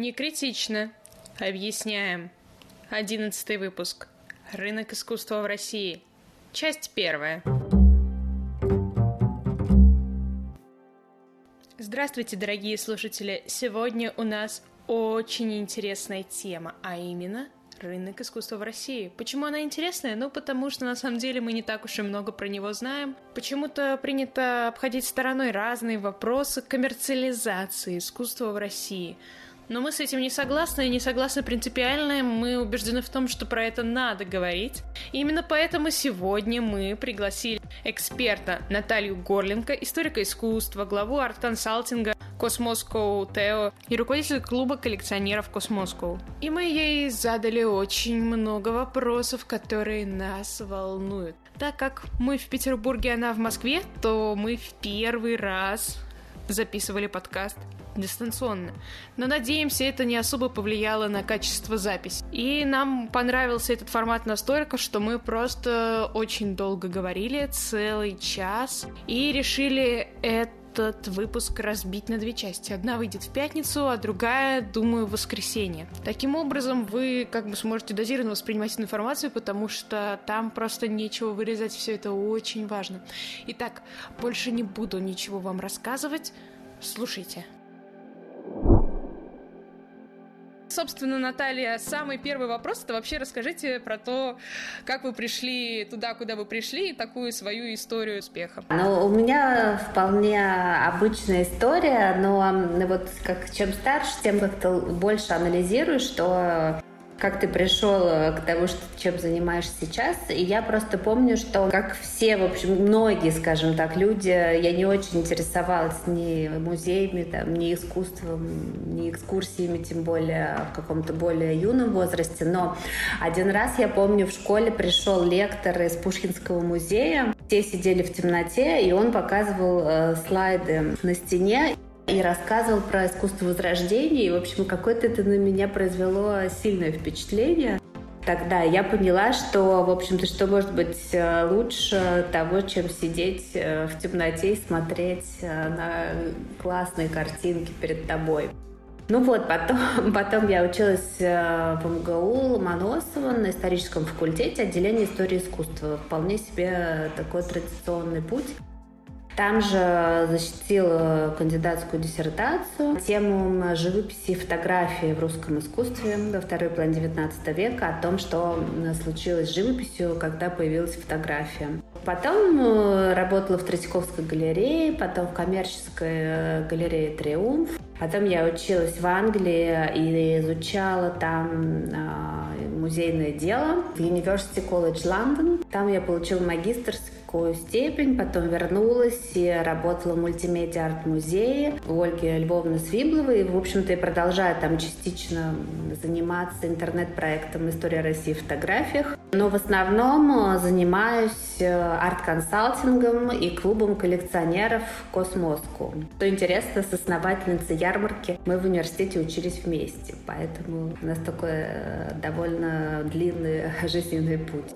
Не критично. Объясняем. 11 выпуск. Рынок искусства в России. Часть 1. Здравствуйте, дорогие слушатели. Сегодня у нас очень интересная тема, а именно рынок искусства в России. Почему она интересная? Потому что на самом деле мы не так уж и много про него знаем. Почему-то принято обходить стороной разные вопросы коммерциализации искусства в России. Но мы с этим не согласны, и не согласны принципиально. Мы убеждены в том, что про это надо говорить. И именно поэтому сегодня мы пригласили эксперта Наталью Горленко, историка искусства, главу арт-консалтинга Cosmoscope Тео и руководитель клуба коллекционеров Cosmoscope. И мы ей задали очень много вопросов, которые нас волнуют. Так как мы в Петербурге, она в Москве, то мы в первый раз записывали подкаст дистанционно. Но, надеемся, это не особо повлияло на качество записи. И нам понравился этот формат настолько, что мы просто очень долго говорили, целый час, и решили этот выпуск разбить на 2 части. Одна выйдет в пятницу, а другая, думаю, в воскресенье. Таким образом, вы сможете дозированно воспринимать информацию, потому что там просто нечего вырезать, все это очень важно. Итак, больше не буду ничего вам рассказывать. Слушайте. Собственно, Наталья, самый первый вопрос — это вообще расскажите про то, как вы пришли туда, куда вы пришли, и такую свою историю успеха. У меня вполне обычная история, но вот чем старше, тем как-то больше анализирую, что как ты пришел к тому, чем занимаешься сейчас. И я просто помню, что, как все, в общем, многие, скажем так, люди, я не очень интересовалась ни музеями, ни искусством, ни экскурсиями, тем более в каком-то более юном возрасте. Но один раз, я помню, в школе пришел лектор из Пушкинского музея. Все сидели в темноте, и он показывал слайды на стене и рассказывал про искусство Возрождения. И, в общем, какое-то это на меня произвело сильное впечатление. Тогда я поняла, что, в общем-то, что может быть лучше того, чем сидеть в темноте и смотреть на классные картинки перед тобой. Потом я училась в МГУ Ломоносова на историческом факультете, отделение истории искусства. Вполне себе такой традиционный путь. Там же защитила кандидатскую диссертацию, тему живописи и фотографии в русском искусстве во второй половине XIX века, о том, что случилось с живописью, когда появилась фотография. Потом работала в Третьяковской галерее, потом в коммерческой галерее «Триумф». Потом я училась в Англии и изучала там музейное дело в University College London. Там я получила магистерскую степень, потом вернулась и работала в мультимедиа-арт-музее у Ольги Львовны Свибловой. И, в общем-то, и продолжаю там частично заниматься интернет-проектом «История России в фотографиях». Но в основном занимаюсь арт-консалтингом и клубом коллекционеров Cosmoscope. Что интересно, с основательницей ярмарки мы в университете учились вместе, поэтому у нас такой довольно длинный жизненный путь.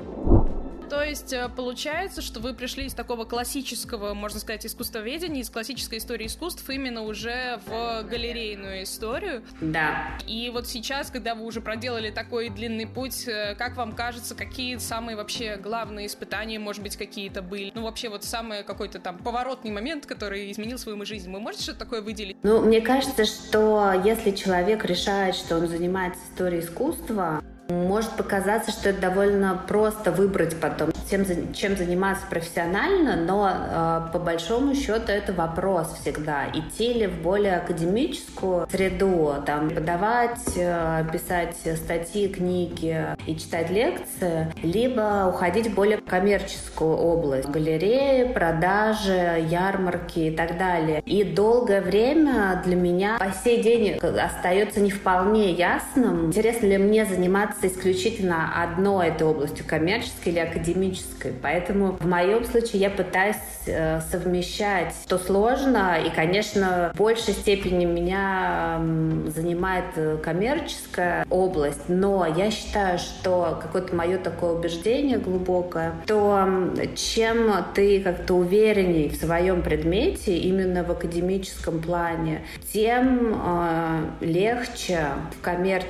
То есть получается, что вы пришли из такого классического, можно сказать, искусствоведения, из классической истории искусств именно уже в галерейную историю. Да. И вот сейчас, когда вы уже проделали такой длинный путь, как вам кажется, какие самые вообще главные испытания, может быть, какие-то были? Вообще вот самый какой-то там поворотный момент, который изменил свою жизнь. Вы можете что-то такое выделить? Мне кажется, что если человек решает, что он занимается историей искусства, может показаться, что это довольно просто выбрать потом, чем заниматься профессионально, но по большому счету это вопрос всегда. Идти ли в более академическую среду, там, преподавать, писать статьи, книги и читать лекции, либо уходить в более коммерческую область. Галереи, продажи, ярмарки и так далее. И долгое время для меня по сей день остается не вполне ясным, интересно ли мне заниматься исключительно одной этой областью, коммерческой или академической. Поэтому в моем случае я пытаюсь совмещать, что сложно, и, конечно, в большей степени меня занимает коммерческая область, но я считаю, что какое-то мое такое убеждение глубокое, то чем ты как-то уверенней в своем предмете, именно в академическом плане, тем легче в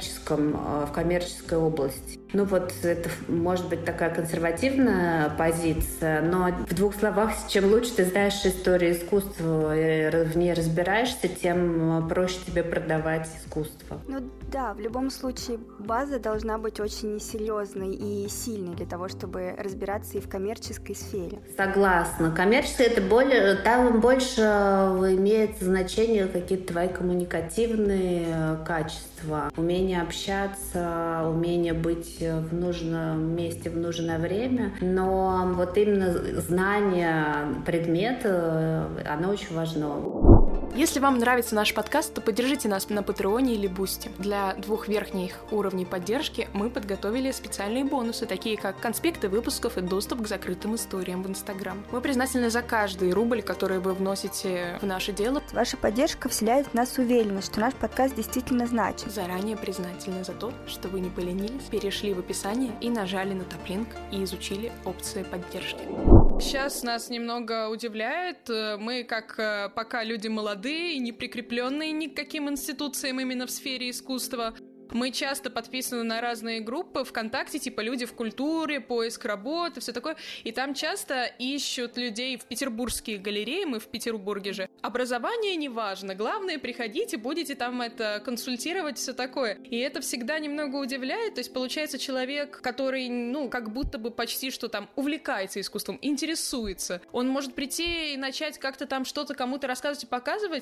коммерческой области. Ну вот это может быть такая консервативная позиция, но в двух словах, чем лучше ты знаешь историю искусства и в ней разбираешься, тем проще тебе продавать искусство. Ну да, в любом случае база должна быть очень серьезной и сильной для того, чтобы разбираться и в коммерческой сфере. Согласна. Коммерческая — там больше имеет значение какие-то твои коммуникативные качества, умение общаться, умение быть в нужном месте в нужное время. Но вот именно знание предмета, оно очень важно. Если вам нравится наш подкаст, то поддержите нас на Патреоне или Бусти. Для 2 верхних уровней поддержки мы подготовили специальные бонусы, такие как конспекты выпусков и доступ к закрытым историям в Инстаграм. Мы признательны за каждый рубль, который вы вносите в наше дело. Ваша поддержка вселяет в нас уверенность, что наш подкаст действительно значим. Заранее признательны за то, что вы не поленились, перешли в описание и нажали на топ-линк и изучили опции поддержки. Сейчас нас немного удивляет. Мы, как пока люди молодые, не прикрепленные ни к каким институциям именно в сфере искусства, мы часто подписаны на разные группы ВКонтакте, типа «Люди в культуре», «Поиск работы», все такое. И там часто ищут людей в петербургские галереи, мы в Петербурге же. Образование не важно, главное, приходите, будете там это консультировать, все такое. И это всегда немного удивляет, то есть получается человек, который, как будто бы почти что там увлекается искусством, интересуется. Он может прийти и начать как-то там что-то кому-то рассказывать и показывать.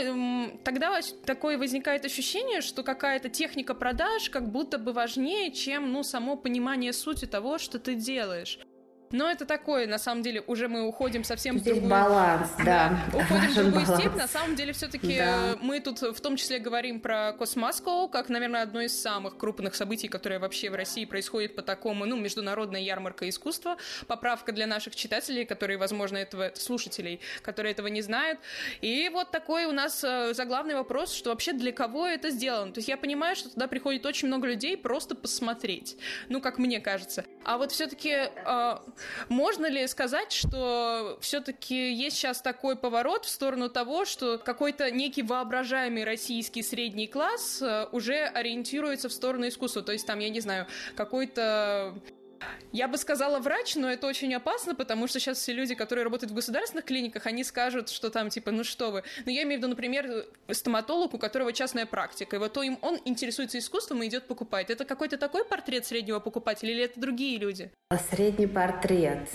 Тогда такое возникает ощущение, что какая-то техника продаж как будто бы важнее, чем, само понимание сути того, что ты делаешь. Но это такое, на самом деле, уже мы уходим совсем в другую... Здесь баланс, да. Уходим в другую степь. На самом деле, все-таки мы тут в том числе говорим про Космаско, как, наверное, одно из самых крупных событий, которое вообще в России происходит по такому, международная ярмарка искусства. Поправка для наших читателей, которые, возможно, слушателей, которые этого не знают. И вот такой у нас заглавный вопрос, что вообще для кого это сделано. То есть я понимаю, что туда приходит очень много людей просто посмотреть. Как мне кажется. А вот все-таки... Можно ли сказать, что все-таки есть сейчас такой поворот в сторону того, что какой-то некий воображаемый российский средний класс уже ориентируется в сторону искусства? То есть там, я не знаю, какой-то... Я бы сказала врач, но это очень опасно, потому что сейчас все люди, которые работают в государственных клиниках, они скажут, что там типа, что вы. Но я имею в виду, например, стоматолог, у которого частная практика, и вот он интересуется искусством и идет покупать. Это какой-то такой портрет среднего покупателя или это другие люди? Средний портрет.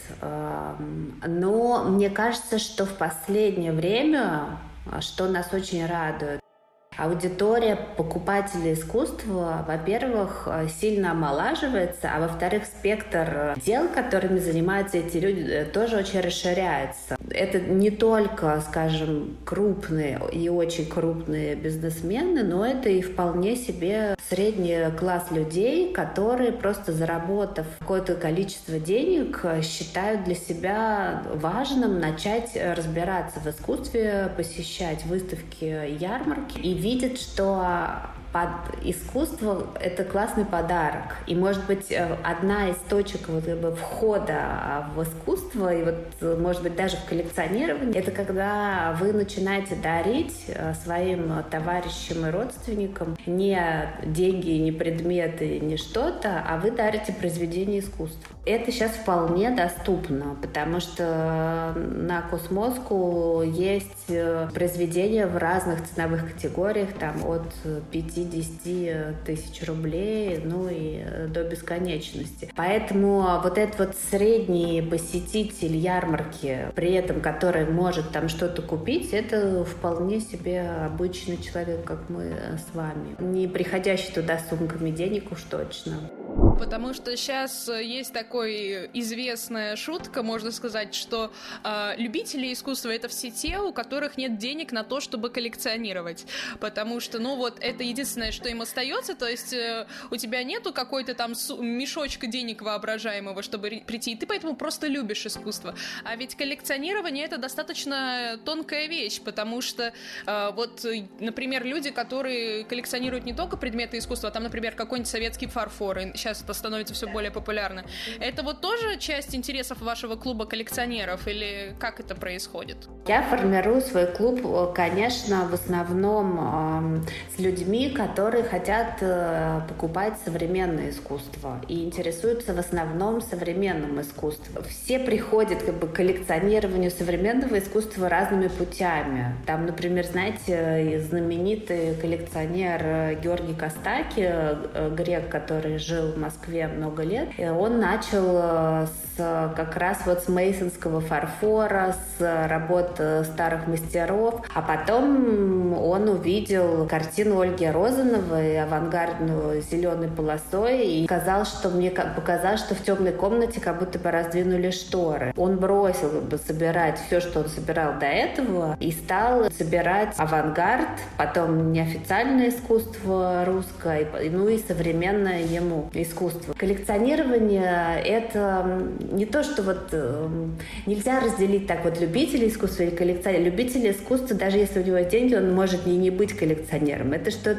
Но мне кажется, что в последнее время, что нас очень радует, аудитория покупателей искусства, во-первых, сильно омолаживается, а во-вторых, спектр дел, которыми занимаются эти люди, тоже очень расширяется. Это не только, скажем, крупные и очень крупные бизнесмены, но это и вполне себе средний класс людей, которые, просто заработав какое-то количество денег, считают для себя важным начать разбираться в искусстве, посещать выставки, ярмарки и видят, что искусство — это классный подарок. И, может быть, одна из точек входа в искусство, и может быть, даже в коллекционирование, это когда вы начинаете дарить своим товарищам и родственникам не деньги, не предметы, не что-то, а вы дарите произведение искусства. Это сейчас вполне доступно, потому что на Космоску есть произведения в разных ценовых категориях, там от 50 тысяч рублей, и до бесконечности. Поэтому вот этот средний посетитель ярмарки, при этом который может там что-то купить, это вполне себе обычный человек, как мы с вами. Не приходящий туда с сумками денег уж точно. Потому что сейчас есть такой известная шутка, можно сказать, что любители искусства — это все те, у которых нет денег на то, чтобы коллекционировать. Потому что, это единственное, что им остается, то есть у тебя нету какой-то там мешочка денег воображаемого, чтобы прийти, и ты поэтому просто любишь искусство. А ведь коллекционирование — это достаточно тонкая вещь, потому что например, люди, которые коллекционируют не только предметы искусства, а там, например, какой-нибудь советский фарфор, и сейчас это становится все более популярно. Это тоже часть интересов вашего клуба коллекционеров, или как это происходит? Я формирую свой клуб, конечно, в основном с людьми, которые хотят покупать современное искусство и интересуются в основном современным искусством. Все приходят к коллекционированию современного искусства разными путями. Там, например, знаете, знаменитый коллекционер Георгий Костаки, грек, который жил в Москве много лет, он начал как раз с мейсонского фарфора, с работ старых мастеров, а потом он увидел картину Ольги Розановой, авангардную, зеленой полосой, и мне показалось, что в темной комнате как будто бы раздвинули шторы. Он бросил собирать все, что он собирал до этого, и стал собирать авангард, потом неофициальное искусство русское, и современное ему искусство. Коллекционирование — это не то, что нельзя разделить так любители искусства или коллекционеры. Любители искусства, даже если у него есть деньги, он может и не быть коллекционером.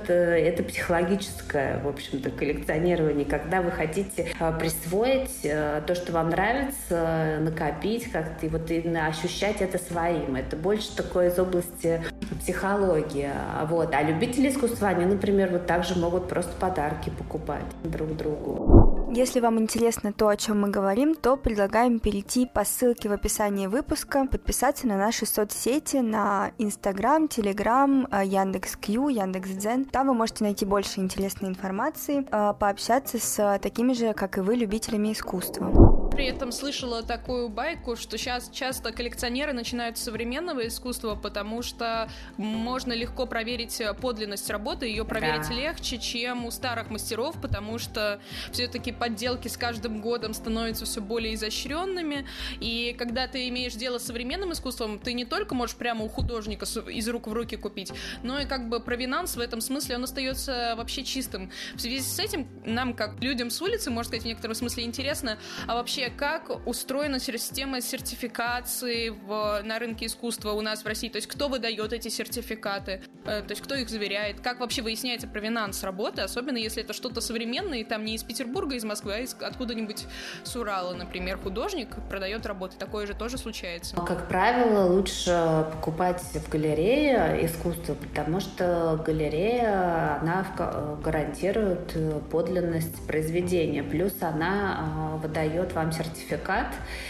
Это психологическое, в общем-то, коллекционирование, когда вы хотите присвоить то, что вам нравится, накопить как-то и именно ощущать это своим. Это больше такое из области психологии. А любители искусства, они, например, также могут просто подарки покупать друг другу. Если вам интересно то, о чем мы говорим, то предлагаем перейти по ссылке в описании выпуска, подписаться на наши соцсети, на Инстаграм, Телеграм, Яндекс.Кью, Яндекс.Дзен. Там вы можете найти больше интересной информации, пообщаться с такими же, как и вы, любителями искусства. При этом слышала такую байку, что сейчас часто коллекционеры начинают с современного искусства, потому что можно легко проверить подлинность работы, ее проверить легче, чем у старых мастеров, потому что все-таки подделки с каждым годом становятся все более изощренными, и когда ты имеешь дело с современным искусством, ты не только можешь прямо у художника из рук в руки купить, но и провинанс в этом смысле, он остается вообще чистым. В связи с этим нам, как людям с улицы, можно сказать, в некотором смысле интересно, а вообще как устроена система сертификации на рынке искусства у нас в России, то есть кто выдает эти сертификаты, то есть кто их заверяет, как вообще выясняется провинанс работы, особенно если это что-то современное, и там не из Петербурга, из Москвы, а откуда-нибудь с Урала, например, художник продает работы. Такое же тоже случается. Как правило, лучше покупать в галерее искусство, потому что галерея, она гарантирует подлинность произведения. Плюс она выдает вам сертификат,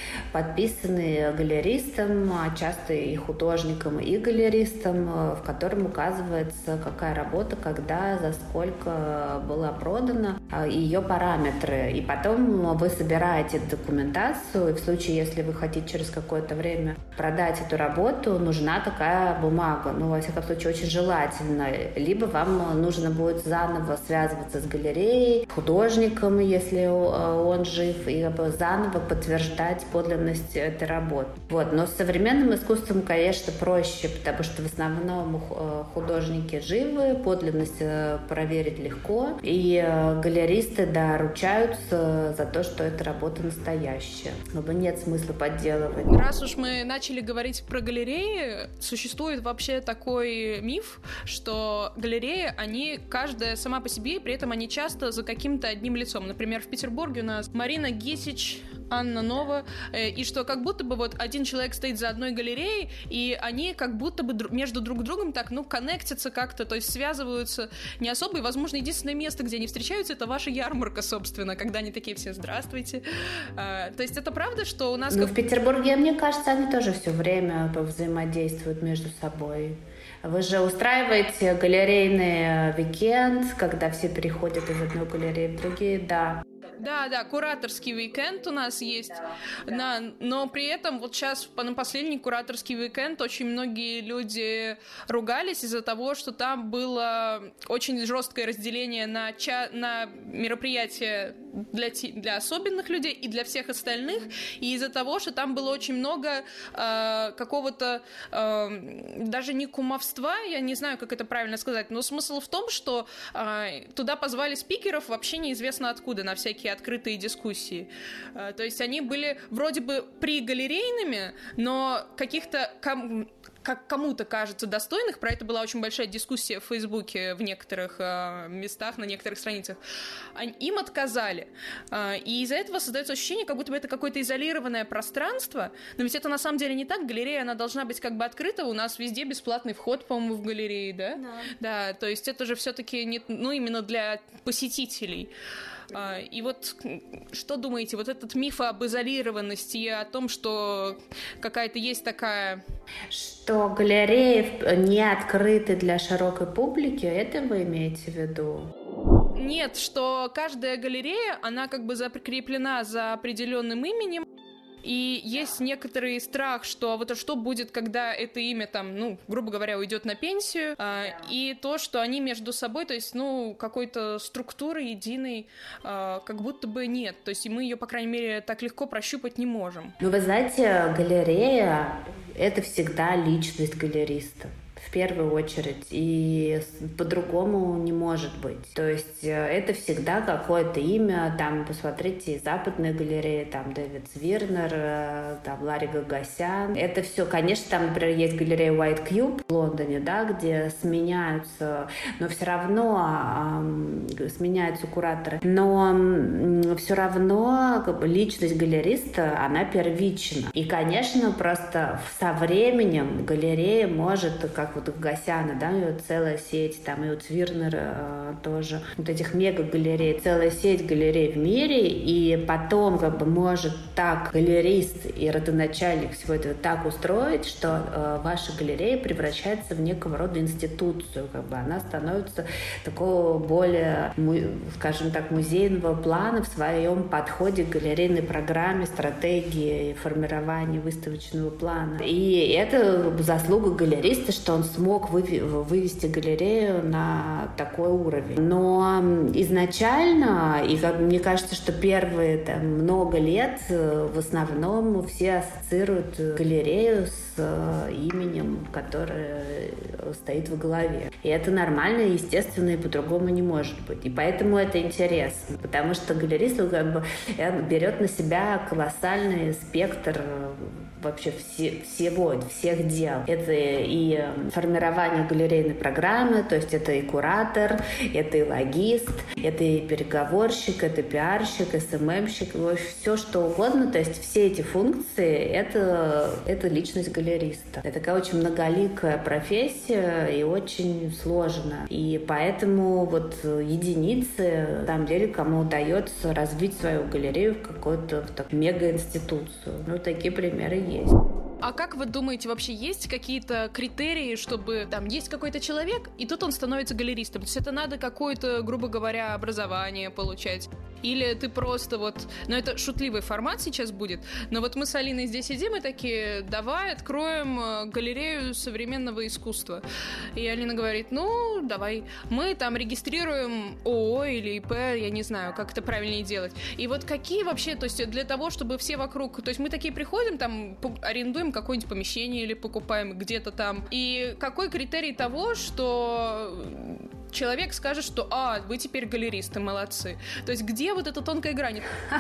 подписанный галеристом, а часто и художником, и галеристом, в котором указывается, какая работа, когда, за сколько была продана, ее параметры. И потом вы собираете документацию, и в случае, если вы хотите через какое-то время продать эту работу, нужна такая бумага. Во всяком случае, очень желательно. Либо вам нужно будет заново связываться с галереей, художником, если он жив, и заново подтверждать подлинность этой работы. Но с современным искусством, конечно, проще, потому что в основном художники живы, подлинность проверить легко, и галеристы, ручаются за то, что эта работа настоящая. Нет смысла подделывать. Раз уж мы начали говорить про галереи, существует вообще такой миф, что галереи, они каждая сама по себе, и при этом они часто за каким-то одним лицом. Например, в Петербурге у нас Марина Гисич, Анна Нова, и что как будто бы один человек стоит за одной галереей, и они как будто бы между друг другом так, коннектятся как-то, то есть связываются не особо, и, возможно, единственное место, где они встречаются, это ваша ярмарка, собственно, когда они такие все «здравствуйте». То есть это правда, что у нас... В Петербурге, мне кажется, они тоже все время взаимодействуют между собой. Вы же устраиваете галерейный уикенд, когда все переходят из одной галереи в другие, да. Да, кураторский уикенд у нас есть, да. Но при этом вот сейчас на последний кураторский уикенд очень многие люди ругались из-за того, что там было очень жесткое разделение на мероприятия для особенных людей и для всех остальных, и из-за того, что там было очень много какого-то даже не кумовства, я не знаю, как это правильно сказать, но смысл в том, что туда позвали спикеров вообще неизвестно откуда на всякие открытые дискуссии. То есть они были вроде бы пригалерейными, но каких-то, как кому-то кажется, достойных, про это была очень большая дискуссия в Фейсбуке в некоторых местах, на некоторых страницах, им отказали. И из-за этого создается ощущение, как будто бы это какое-то изолированное пространство, но ведь это на самом деле не так. Галерея, она должна быть как бы открыта, у нас везде бесплатный вход, по-моему, в галереи, да? Да, то есть это же все-таки не, именно для посетителей. И вот что думаете, вот этот миф об изолированности и о том, что какая-то есть такая... Что галереи не открыты для широкой публики, это вы имеете в виду? Нет, что каждая галерея, она как бы закреплена за определенным именем, и есть некоторый страх, что вот что будет, когда это имя там, грубо говоря, уйдет на пенсию, и то, что они между собой, то есть, какой-то структуры единой как будто бы нет. То есть мы ее, по крайней мере, так легко прощупать не можем. Вы знаете, галерея — это всегда личность галериста. В первую очередь, и по-другому не может быть. То есть это всегда какое-то имя, там, посмотрите, западные галереи, там, Дэвид Свирнер, там, Ларри Гагасян. Это все, конечно, там, например, есть галерея White Cube в Лондоне, да, где сменяются, но все равно сменяются кураторы. Но все равно как бы, личность галериста, она первична. И, конечно, просто со временем галерея может, как вот у Гасяна, да, и вот целая сеть, там и у Цвирнера тоже, вот этих мега-галерей, целая сеть галерей в мире, и потом как бы может так галерист и родоначальник всего этого так устроить, что ваша галерея превращается в некого рода институцию, как бы она становится такого более, скажем так, музейного плана в своем подходе к галерейной программе, стратегии формирования выставочного плана. И это заслуга галериста, что он смог вывести галерею на такой уровень. Но изначально, и мне кажется, что первые много лет в основном все ассоциируют галерею с именем, которое стоит в голове. И это нормально, естественно, и по-другому не может быть. И поэтому это интересно, потому что галерист как бы берет на себя колоссальный спектр вообще всех дел. Это и формирование галерейной программы, то есть это и куратор, это и логист, это и переговорщик, это пиарщик, СММщик, все что угодно. То есть все эти функции — это личность галериста. Это такая очень многоликая профессия и очень сложная. И поэтому вот единицы, на самом деле, кому удается развить свою галерею в какую-то мегаинституцию. Такие примеры есть. А как вы думаете, вообще есть какие-то критерии, чтобы там есть какой-то человек, и тут он становится галеристом? То есть это надо какое-то, грубо говоря, образование получать? Или ты просто это шутливый формат сейчас будет, но вот мы с Алиной здесь сидим и такие, давай откроем галерею современного искусства. И Алина говорит, давай. Мы там регистрируем ООО или ИП, я не знаю, как это правильнее делать. И вот какие вообще, то есть для того, чтобы все вокруг, то есть мы такие приходим, там арендуем какое-нибудь помещение или покупаем где-то там. И какой критерий того, что человек скажет, что вы теперь галеристы, молодцы. То есть где вот эта тонкая грань?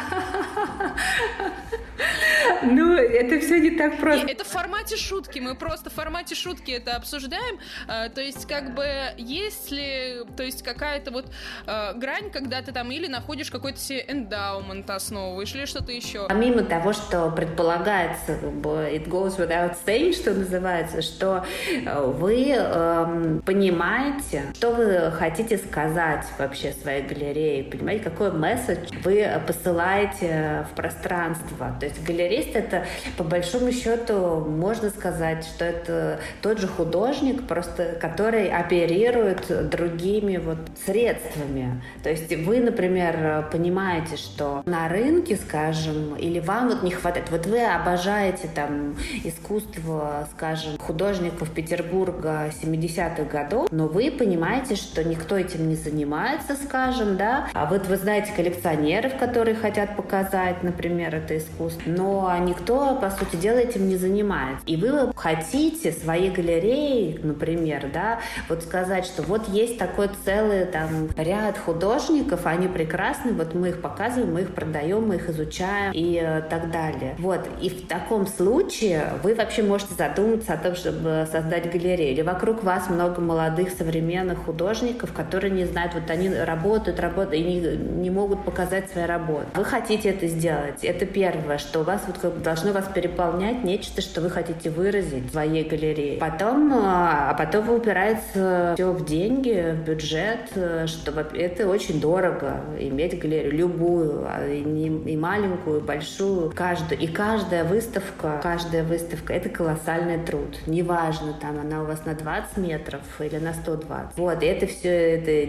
Это все не так просто. Это в формате шутки, мы просто в формате шутки это обсуждаем. То есть как бы есть ли, то есть какая-то грань, когда ты там или находишь какой-то себе эндаумент, основываешь, или что-то еще. Помимо того, что предполагается, it goes without saying, что называется, что вы понимаете, что вы хотите сказать вообще своей галерее, понимаете, какой месседж вы посылаете в пространство. То есть галерист — это, по большому счету, можно сказать, что это тот же художник, просто который оперирует другими вот средствами. То есть вы, например, понимаете, что на рынке, скажем, или вам вот не хватает, вот вы обожаете там искусство, скажем, художников Петербурга 70-х годов, но вы понимаете, что никто этим не занимается, скажем, да, а вот вы знаете коллекционеров, которые хотят показать, например, это искусство, но никто, по сути дела, этим не занимается. И вы хотите своей галереей, например, да, вот сказать, что вот есть такой целый там ряд художников, они прекрасны, вот мы их показываем, мы их продаем, мы их изучаем и так далее. Вот. И в таком случае вы вообще можете задуматься о том, чтобы создать галерею. Или вокруг вас много молодых современных художников, которые не знают, вот они работают и не могут показать свои работы. Вы хотите это сделать. Это первое, что у вас вот как бы должно вас переполнять нечто, что вы хотите выразить в своей галерее. Потом упирается все в деньги, в бюджет, что это очень дорого иметь галерею, любую, и маленькую, и большую, каждую. И каждая выставка — это колоссальный труд. Неважно, там она у вас на 20 метров или на 120. Вот, и это все, это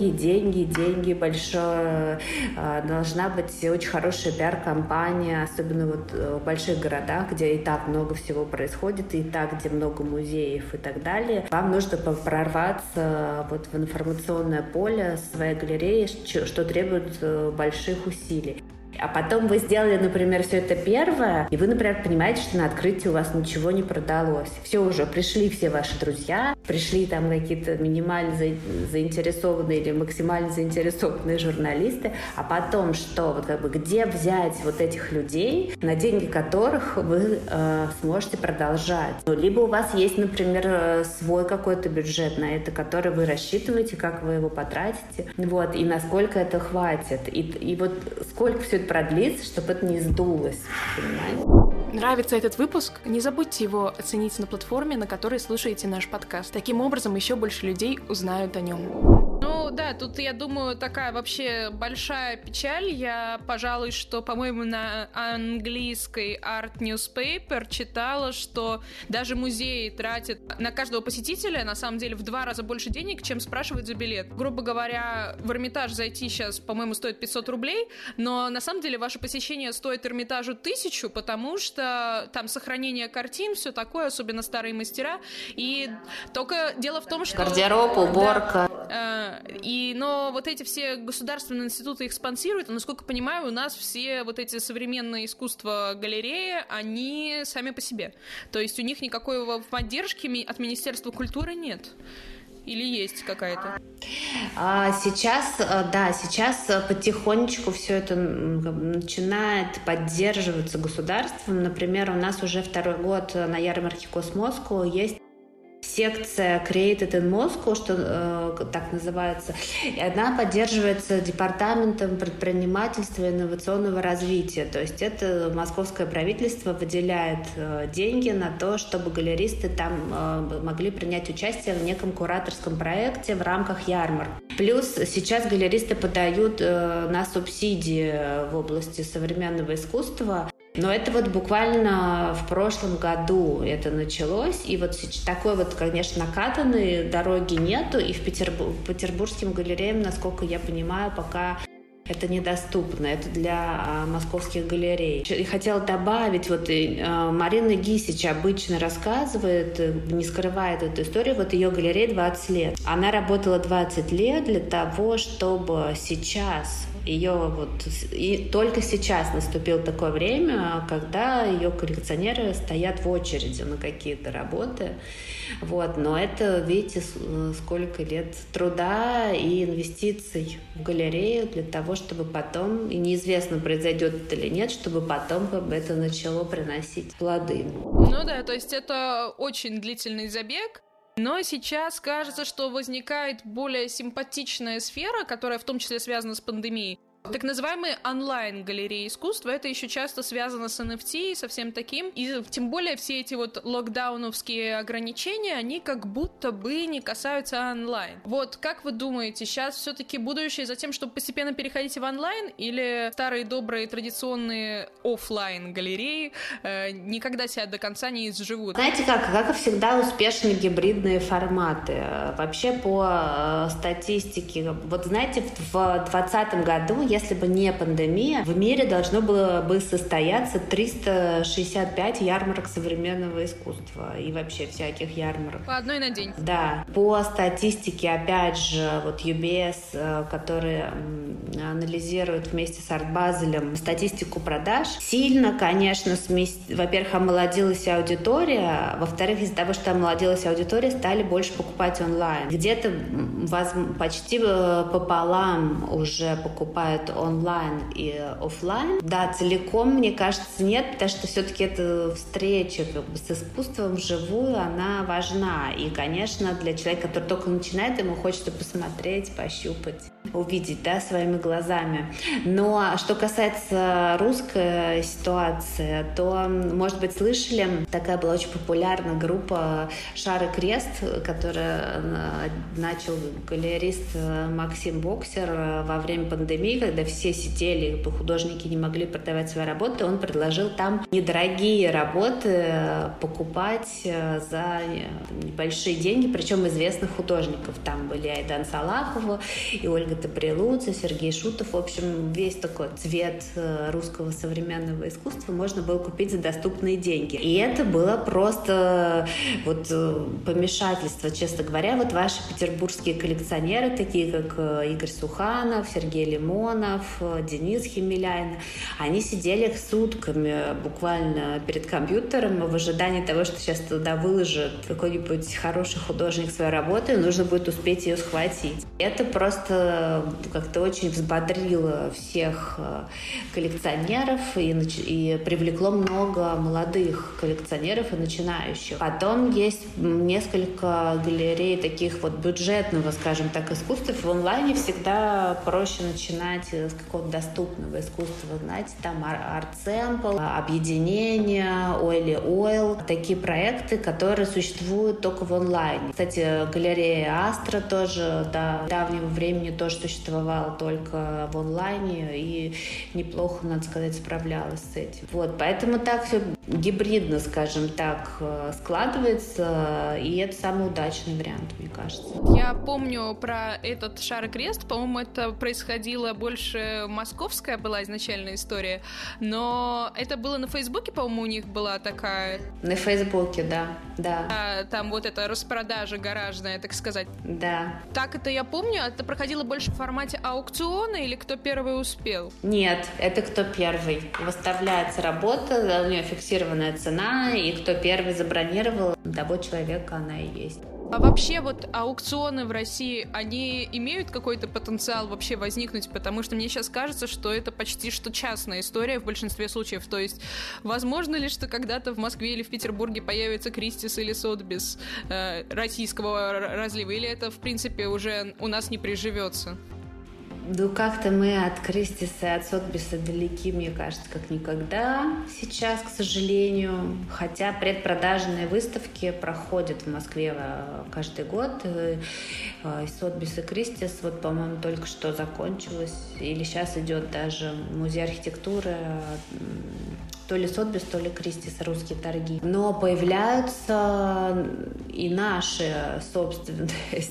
деньги, большое. Должна быть очень хорошая пиар-компания, особенно вот в больших городах, где и так много всего происходит, и так, где много музеев и так далее. Вам нужно прорваться вот в информационное поле своей галереи, что требует больших усилий. А потом вы сделали, например, все это первое, и вы, например, понимаете, что на открытии у вас ничего не продалось. Все уже, пришли все ваши друзья, пришли там какие-то минимально заинтересованные или максимально заинтересованные журналисты, а потом что? Вот как бы где взять вот этих людей, на деньги которых вы сможете продолжать? Ну, либо у вас есть, например, свой какой-то бюджет на это, который вы рассчитываете, как вы его потратите, вот, и насколько это хватит. И вот сколько все это продлиться, чтобы это не сдулось, понимаете? Нравится этот выпуск? Не забудьте его оценить на платформе, на которой слушаете наш подкаст. Таким образом, еще больше людей узнают о нем. Ну да, тут, я думаю, такая вообще большая печаль. Я, пожалуй, что, по-моему, на английской Art Newspaper читала, что даже музеи тратят на каждого посетителя, на самом деле, в 2 раза больше денег, чем спрашивают за билет. Грубо говоря, в Эрмитаж зайти сейчас, по-моему, стоит 500 рублей, но на самом деле ваше посещение стоит Эрмитажу 1000, потому что там сохранение картин, все такое, особенно старые мастера. И только дело в том, что... Гардероб, уборка. Да, но вот эти все государственные институты их спонсируют, и, насколько понимаю, у нас все вот эти современные искусства галереи, они сами по себе. То есть у них никакой поддержки от Министерства культуры нет. Или есть какая-то? Сейчас потихонечку все это начинает поддерживаться государством. Например, у нас уже 2-й год на ярмарке Космоску есть секция Created in Moscow, что так называется, и она поддерживается Департаментом предпринимательства и инновационного развития. То есть это московское правительство выделяет деньги на то, чтобы галеристы там могли принять участие в неком кураторском проекте в рамках ярмарки. Плюс сейчас галеристы подают на субсидии в области современного искусства. Но это вот буквально в прошлом году это началось, и вот такой вот, конечно, накатанной дороги нету, и в петербургским галереям, насколько я понимаю, пока это недоступно, это для московских галерей. И хотела добавить, вот Марина Гисич обычно рассказывает, не скрывает эту историю, вот ее галерее 20 лет. Она работала 20 лет для того, чтобы сейчас и только сейчас наступило такое время, когда ее коллекционеры стоят в очереди на какие-то работы. Вот. Но это, видите, сколько лет труда и инвестиций в галерею для того, чтобы потом, и неизвестно, произойдет это или нет, чтобы потом это начало приносить плоды. Ну да, то есть это очень длительный забег. Но сейчас кажется, что возникает более симпатичная сфера, которая в том числе связана с пандемией. Так называемые онлайн-галереи искусства, это еще часто связано с NFT, со всем таким. И тем более все эти вот локдауновские ограничения, они как будто бы не касаются онлайн. Вот, как вы думаете, сейчас все-таки будущее за тем, чтобы постепенно переходить в онлайн, или старые добрые традиционные офлайн-галереи никогда себя до конца не изживут? Знаете как и всегда, успешны гибридные форматы. Вообще по статистике, вот знаете, в 2020 году, если бы не пандемия, в мире должно было бы состояться 365 ярмарок современного искусства и вообще всяких ярмарок. По одной на день. Да. По статистике, опять же, вот UBS, который анализирует вместе с Art Basel статистику продаж, сильно, конечно, во-первых, омолодилась аудитория, во-вторых, из-за того, что омолодилась аудитория, стали больше покупать онлайн. Где-то почти пополам уже покупают онлайн и офлайн. Да, целиком, мне кажется, нет, потому что все-таки эта встреча с искусством вживую, она важна. И, конечно, для человека, который только начинает, ему хочется посмотреть, пощупать, увидеть, да, своими глазами. Но что касается русской ситуации, то, может быть, слышали, такая была очень популярная группа «Шар и крест», которая начал галерист Максим Боксер во время пандемии, когда все сидели, художники не могли продавать свои работы, он предложил там недорогие работы покупать за небольшие деньги, причем известных художников. Там были Айдан Салахова, и Ольга Таприлудзе, Сергей Шутов. В общем, весь такой цвет русского современного искусства можно было купить за доступные деньги. И это было просто вот помешательство, честно говоря. Вот ваши петербургские коллекционеры, такие как Игорь Суханов, Сергей Лимонов, Денис Химеляин, они сидели сутками буквально перед компьютером в ожидании того, что сейчас туда выложит какой-нибудь хороший художник свою работу, и нужно будет успеть ее схватить. Это просто как-то очень взбодрило всех коллекционеров и привлекло много молодых коллекционеров и начинающих. Потом есть несколько галерей таких вот бюджетного, скажем так, искусства. В онлайне всегда проще начинать с какого-то доступного искусства. Знаете, там Art Sample, Объединение, Oily Oil. Такие проекты, которые существуют только в онлайне. Кстати, галерея Астра тоже до давнего времени тоже существовала только в онлайне и неплохо, надо сказать, справлялась с этим. Вот, поэтому так все гибридно, скажем так, складывается, и это самый удачный вариант, мне кажется. Я помню про этот «Шар и крест», по-моему, это происходило больше московская была изначальная история, но это было на Фейсбуке, по-моему, у них была такая... На Фейсбуке, да. Там вот эта распродажа гаражная, так сказать. Да. Так это я помню, это проходило больше в формате аукциона или кто первый успел? Нет, это кто первый. Выставляется работа, у нее фиксированная цена, и кто первый забронировал, того человека она и есть. А вообще вот аукционы в России, они имеют какой-то потенциал вообще возникнуть? Потому что мне сейчас кажется, что это почти что частная история в большинстве случаев. То есть возможно ли, что когда-то в Москве или в Петербурге появится Кристис или Сотбис российского разлива? Или это, в принципе, уже у нас не приживется? Ну, как-то мы от Кристиса и от Сотбиса далеки, мне кажется, как никогда сейчас, к сожалению. Хотя предпродажные выставки проходят в Москве каждый год. И Сотбис и Кристис, вот, по-моему, только что закончилось. Или сейчас идет даже музей архитектуры. То ли Сотбис, то ли Кристис, русские торги. Но появляются и наши собственные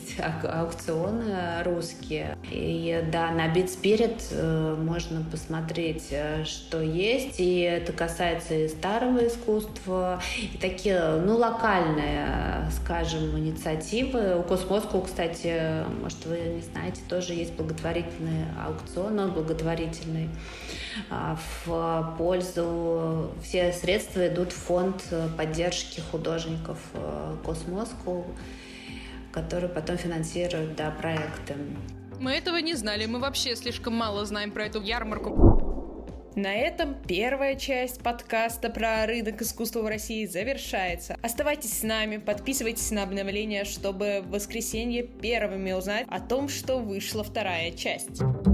аукционы русские. И да, на Beat Spirit можно посмотреть, что есть. И это касается и старого искусства, и такие, локальные, скажем, инициативы. У Космоскоу, кстати, может, вы не знаете, тоже есть благотворительный аукцион, он благотворительный в пользу, все средства идут в фонд поддержки художников Космоскоу, который потом финансирует, проекты. Мы этого не знали, мы вообще слишком мало знаем про эту ярмарку. На этом первая часть подкаста про рынок искусства в России завершается. Оставайтесь с нами, подписывайтесь на обновления, чтобы в воскресенье первыми узнать о том, что вышла вторая часть.